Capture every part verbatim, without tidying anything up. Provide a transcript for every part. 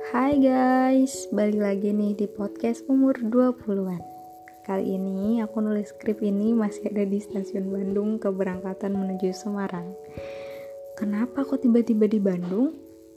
Hai guys, balik lagi nih di podcast umur dua puluhan. Kali ini aku nulis skrip ini masih ada di stasiun Bandung keberangkatan menuju Semarang. Kenapa kok tiba-tiba di Bandung?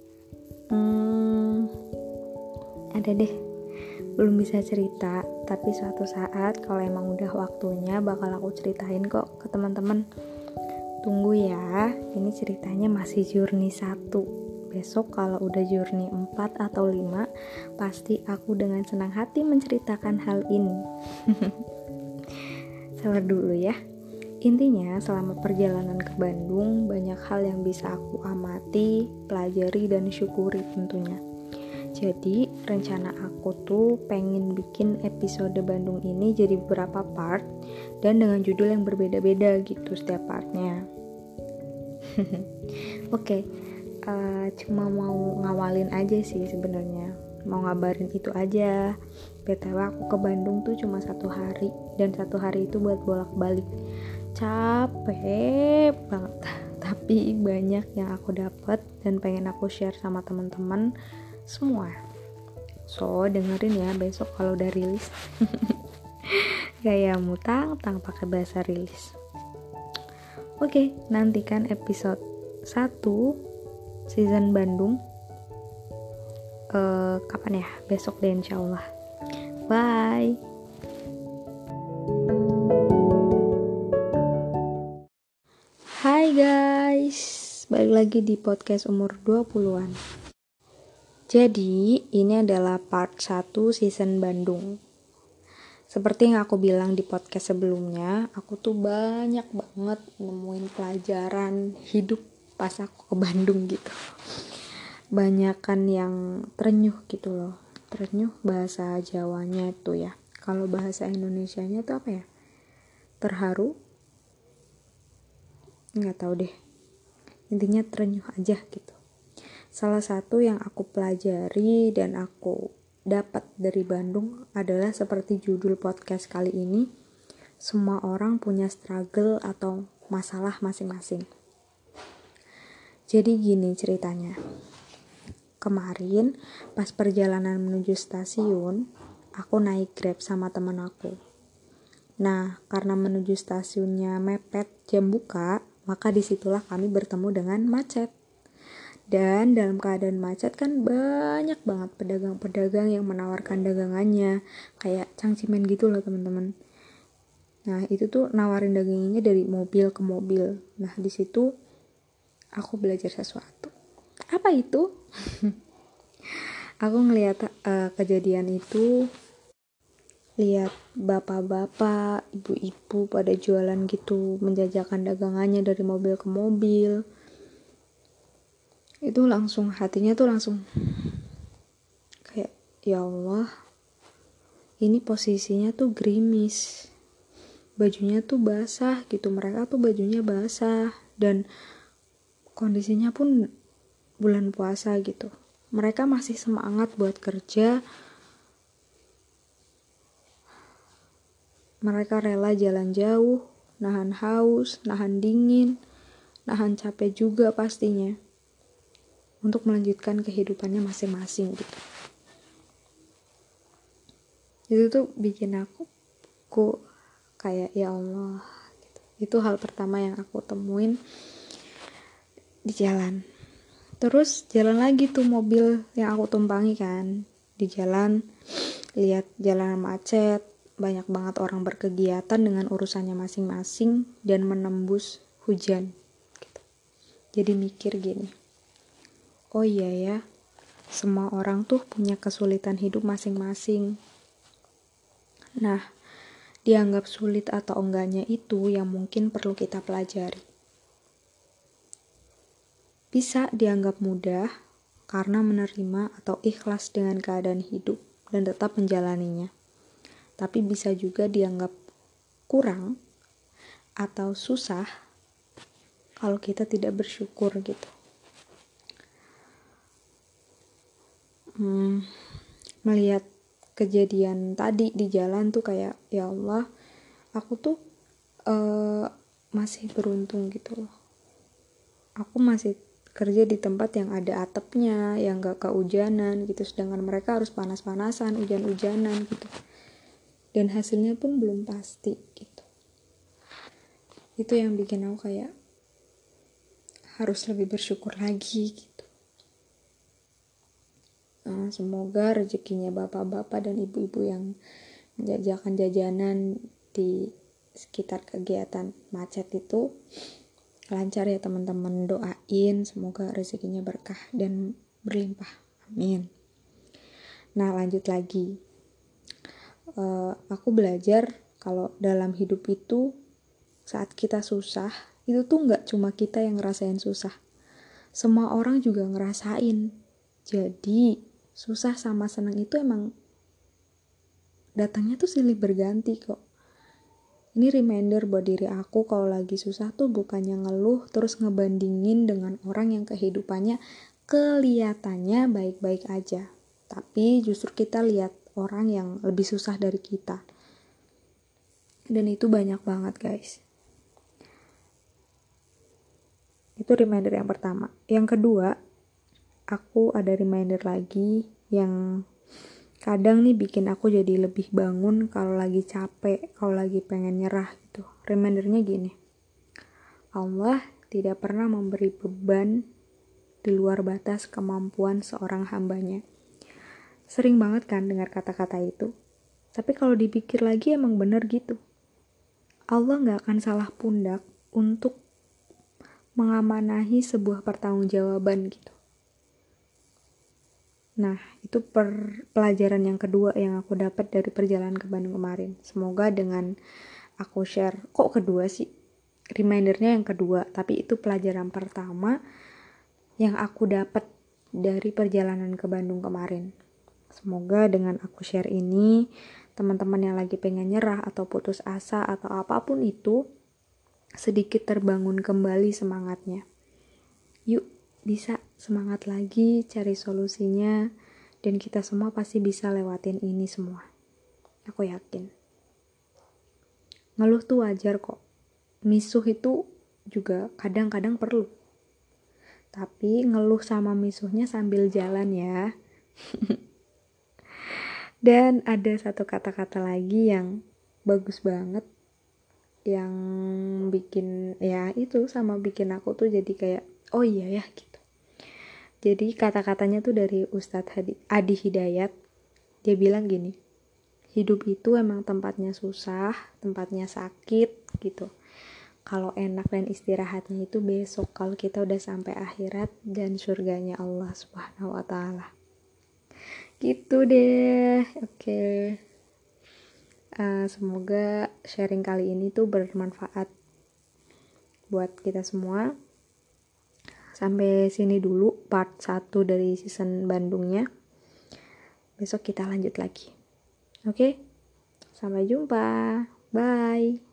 Hmm, ada deh, belum bisa cerita, tapi suatu saat kalau emang udah waktunya bakal aku ceritain kok ke teman-teman. Tunggu ya, ini ceritanya masih journey satu. Besok kalau udah journey empat atau lima, pasti aku dengan senang hati menceritakan hal ini. Sabar dulu ya. Intinya selama perjalanan ke Bandung, banyak hal yang bisa aku amati, pelajari, dan syukuri tentunya. Jadi rencana aku tuh pengen bikin episode Bandung ini jadi beberapa part, dan dengan judul yang berbeda-beda gitu setiap partnya. Oke, okay. Uh, cuma mau ngawalin aja sih sebenarnya, mau ngabarin itu aja. B T W aku ke Bandung tuh cuma satu hari, dan satu hari itu buat bolak-balik. Capek banget, tapi banyak yang aku dapat dan pengen aku share sama teman-teman semua. So dengerin ya besok kalau udah rilis. Gaya mutang-tang pakai bahasa rilis. Oke, nantikan episode satu season Bandung uh, kapan ya? Besok deh insyaallah. Bye. Hai guys, balik lagi di podcast umur dua puluhan. Jadi ini adalah part satu season Bandung. Seperti yang aku bilang di podcast sebelumnya, aku tuh banyak banget nemuin pelajaran hidup pas aku ke Bandung gitu. Banyakan yang terenyuh gitu loh. Terenyuh bahasa Jawanya itu ya. Kalau bahasa Indonesianya tuh apa ya? Terharu? Nggak tahu deh. Intinya terenyuh aja gitu. Salah satu yang aku pelajari dan aku dapat dari Bandung adalah seperti judul podcast kali ini, semua orang punya struggle atau masalah masing-masing. Jadi gini ceritanya. Kemarin pas perjalanan menuju stasiun, aku naik Grab sama teman aku. Nah, karena menuju stasiunnya mepet jam buka, maka disitulah kami bertemu dengan macet. Dan dalam keadaan macet kan banyak banget pedagang-pedagang yang menawarkan dagangannya, kayak cangcimen gitu loh teman-teman. Nah, itu tuh nawarin dagangannya dari mobil ke mobil. Nah, di situ aku belajar sesuatu. Apa itu? Aku ngeliat uh, kejadian itu, lihat bapak-bapak, ibu-ibu pada jualan gitu, menjajakan dagangannya dari mobil ke mobil. Itu langsung hatinya tuh langsung kayak, ya Allah, ini posisinya tuh gerimis, bajunya tuh basah gitu, mereka tuh bajunya basah, dan kondisinya pun bulan puasa gitu. Mereka masih semangat buat kerja. Mereka rela jalan jauh, nahan haus, nahan dingin, nahan capek juga pastinya, untuk melanjutkan kehidupannya masing-masing gitu. Itu tuh bikin aku, aku kayak ya Allah gitu. Itu hal pertama yang aku temuin di jalan. Terus jalan lagi tuh mobil yang aku tumpangi kan. Di jalan, lihat jalan macet, banyak banget orang berkegiatan dengan urusannya masing-masing dan menembus hujan gitu. Jadi mikir gini, oh iya ya, semua orang tuh punya kesulitan hidup masing-masing. Nah, dianggap sulit atau enggaknya itu yang mungkin perlu kita pelajari. Bisa dianggap mudah karena menerima atau ikhlas dengan keadaan hidup dan tetap menjalaninya. Tapi bisa juga dianggap kurang atau susah kalau kita tidak bersyukur gitu. Hmm, melihat kejadian tadi di jalan tuh kayak ya Allah, aku tuh uh, masih beruntung gitu loh. Aku masih kerja di tempat yang ada atapnya, yang gak kehujanan gitu, sedangkan mereka harus panas-panasan, hujan-hujanan gitu, dan hasilnya pun belum pasti gitu. Itu yang bikin aku kayak harus lebih bersyukur lagi gitu. Nah, semoga rezekinya bapak-bapak dan ibu-ibu yang menjajakan jajanan di sekitar kegiatan macet itu lancar ya teman-teman, doain semoga rezekinya berkah dan berlimpah, amin. Nah lanjut lagi, uh, aku belajar kalau dalam hidup itu saat kita susah itu tuh nggak cuma kita yang ngerasain susah, semua orang juga ngerasain. Jadi susah sama senang itu emang datangnya tuh silih berganti kok. Ini reminder buat diri aku kalau lagi susah tuh bukannya ngeluh terus ngebandingin dengan orang yang kehidupannya kelihatannya baik-baik aja. Tapi justru kita lihat orang yang lebih susah dari kita. Dan itu banyak banget guys. Itu reminder yang pertama. Yang kedua, aku ada reminder lagi yang kadang nih bikin aku jadi lebih bangun kalau lagi capek, kalau lagi pengen nyerah gitu. Remindernya gini, Allah tidak pernah memberi beban di luar batas kemampuan seorang hambanya. Sering banget kan dengar kata-kata itu. Tapi kalau dipikir lagi emang bener gitu. Allah gak akan salah pundak untuk mengamanahi sebuah pertanggungjawaban gitu. Nah, itu per pelajaran yang kedua yang aku dapat dari perjalanan ke Bandung kemarin. Semoga dengan aku share, kok kedua sih? Remindernya yang kedua, tapi itu pelajaran pertama yang aku dapat dari perjalanan ke Bandung kemarin. Semoga dengan aku share ini, teman-teman yang lagi pengen nyerah atau putus asa atau apapun itu, sedikit terbangun kembali semangatnya. Yuk, bisa semangat lagi cari solusinya, dan kita semua pasti bisa lewatin ini semua. Aku yakin. Ngeluh tuh wajar kok. Misuh itu juga kadang-kadang perlu. Tapi ngeluh sama misuhnya sambil jalan ya. Dan ada satu kata-kata lagi yang bagus banget, yang bikin ya itu sama bikin aku tuh jadi kayak oh iya ya gitu. Jadi kata-katanya tuh dari Ustadz Adi Hidayat. Dia bilang gini, hidup itu emang tempatnya susah, tempatnya sakit gitu. Kalau enak dan istirahatnya itu besok, kalau kita udah sampai akhirat dan surganya Allah Subhanahu wa taala. Gitu deh. Oke. Okay. Uh, semoga sharing kali ini tuh bermanfaat buat kita semua. Sampai sini dulu part satu dari season Bandungnya. Besok kita lanjut lagi. Oke? Sampai jumpa. Bye.